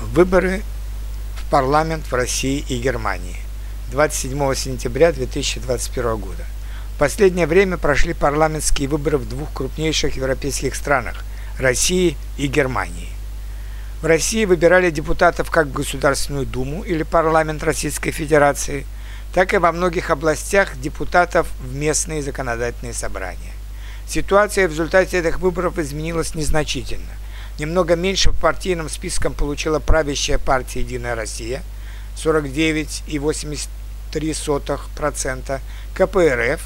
Выборы в парламент в России и Германии 27 сентября 2021 года. В последнее время прошли парламентские выборы в двух крупнейших европейских странах – России и Германии. В России выбирали депутатов как в Государственную Думу или парламент Российской Федерации, так и во многих областях депутатов в местные законодательные собрания. Ситуация в результате этих выборов изменилась незначительно. Немного меньше по партийным спискам получила правящая партия «Единая Россия» 49,83%, КПРФ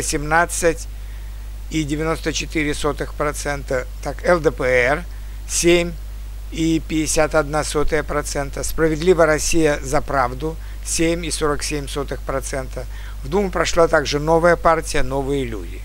18,94%, ЛДПР 7,51%, «Справедливая Россия за правду» 7,47%. В Думу прошла также новая партия «Новые люди»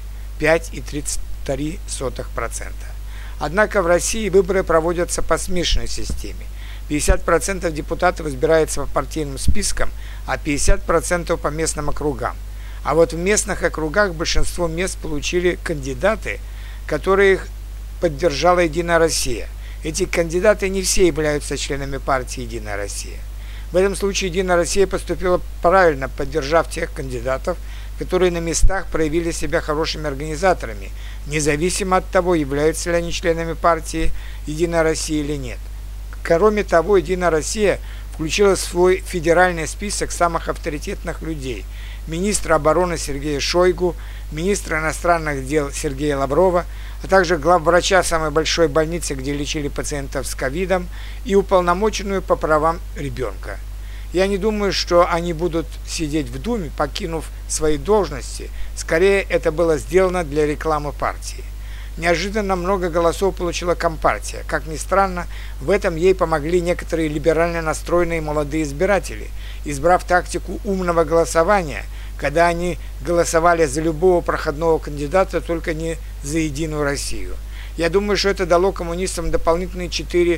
5,33%. Однако в России выборы проводятся по смешанной системе. 50% депутатов избирается по партийным спискам, а 50% по местным округам. А вот в местных округах большинство мест получили кандидаты, которых поддержала «Единая Россия». Эти кандидаты не все являются членами партии «Единая Россия». В этом случае «Единая Россия» поступила правильно, поддержав тех кандидатов, которые на местах проявили себя хорошими организаторами, независимо от того, являются ли они членами партии «Единая Россия» или нет. Кроме того, «Единая Россия» включила в свой федеральный список самых авторитетных людей: министра обороны Сергея Шойгу, министра иностранных дел Сергея Лаврова, а также главврача самой большой больницы, где лечили пациентов с ковидом, и уполномоченную по правам ребенка. Я не думаю, что они будут сидеть в Думе, покинув свои должности. Скорее, это было сделано для рекламы партии. Неожиданно много голосов получила Компартия. Как ни странно, в этом ей помогли некоторые либерально настроенные молодые избиратели, избрав тактику умного голосования, когда они голосовали за любого проходного кандидата, только не за «Единую Россию». Я думаю, что это дало коммунистам дополнительные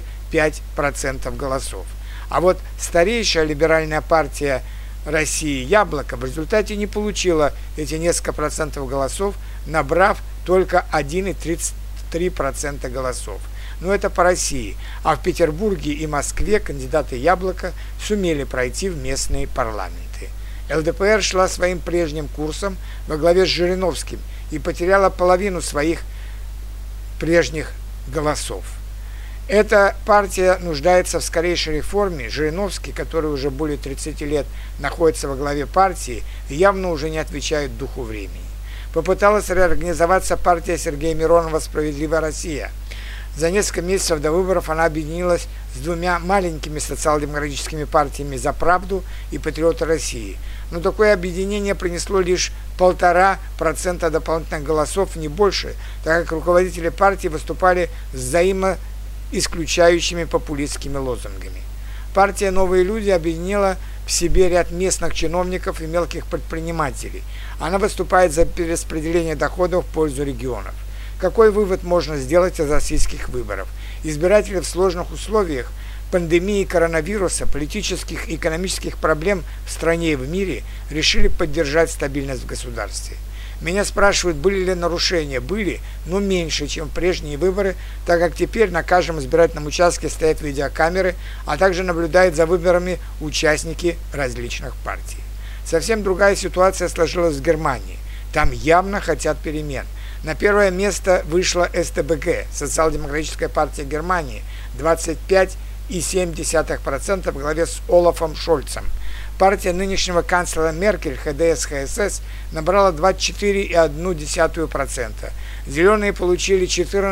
4-5% голосов. А вот старейшая либеральная партия России «Яблоко» в результате не получила эти несколько процентов голосов, набрав только 1,33% голосов. Но это по России. А в Петербурге и Москве кандидаты «Яблоко» сумели пройти в местные парламенты. ЛДПР шла своим прежним курсом во главе с Жириновским и потеряла половину своих прежних голосов. Эта партия нуждается в скорейшей реформе. Жириновский, который уже более 30 лет находится во главе партии, явно уже не отвечает духу времени. Попыталась реорганизоваться партия Сергея Миронова «Справедливая Россия». За несколько месяцев до выборов она объединилась с двумя маленькими социал-демократическими партиями «За правду» и «Патриоты России». Но такое объединение принесло лишь 1,5% дополнительных голосов, не больше, так как руководители партии выступали с взаимоисключающими популистскими лозунгами. Партия «Новые люди» объединила в себе ряд местных чиновников и мелких предпринимателей. Она выступает за перераспределение доходов в пользу регионов. Какой вывод можно сделать из российских выборов? Избиратели в сложных условиях пандемии коронавируса, политических и экономических проблем в стране и в мире решили поддержать стабильность в государстве. Меня спрашивают, были ли нарушения. Были, но меньше, чем в прежние выборы, так как теперь на каждом избирательном участке стоят видеокамеры, а также наблюдают за выборами участники различных партий. Совсем другая ситуация сложилась в Германии. Там явно хотят перемен. На первое место вышла СТБГ, Социал-демократическая партия Германии, 25,7% во главе с Олафом Шольцем. Партия нынешнего канцлера Меркель, ХДС-ХСС, набрала 24,1%. Зеленые получили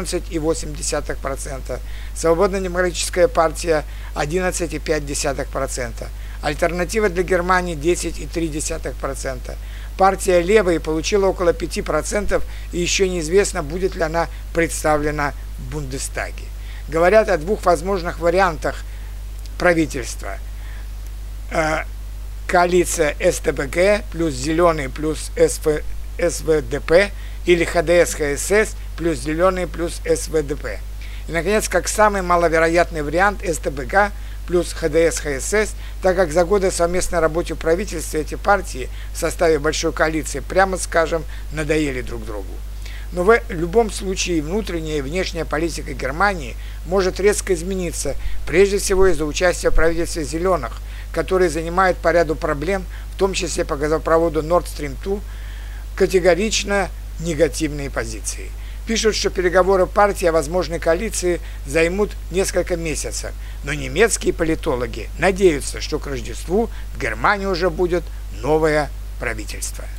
14,8%. Свободно-демократическая партия 11,5%. Альтернатива для Германии 10,3%. Партия «Левые» получила около 5%, и еще неизвестно, будет ли она представлена в Бундестаге. Говорят о двух возможных вариантах правительства. Коалиция СТБГ плюс Зеленые плюс СВДП или ХДС-ХСС плюс Зеленые плюс СВДП. И, наконец, как самый маловероятный вариант СТБГ плюс ХДС-ХСС, так как за годы совместной работы в правительстве эти партии в составе большой коалиции, прямо скажем, надоели друг другу. Но в любом случае внутренняя и внешняя политика Германии может резко измениться, прежде всего из-за участия в правительстве «зеленых», которые занимают по ряду проблем, в том числе по газопроводу Nord Stream 2, категорично негативные позиции. Пишут, что переговоры партии о возможной коалиции займут несколько месяцев, но немецкие политологи надеются, что к Рождеству в Германии уже будет новое правительство.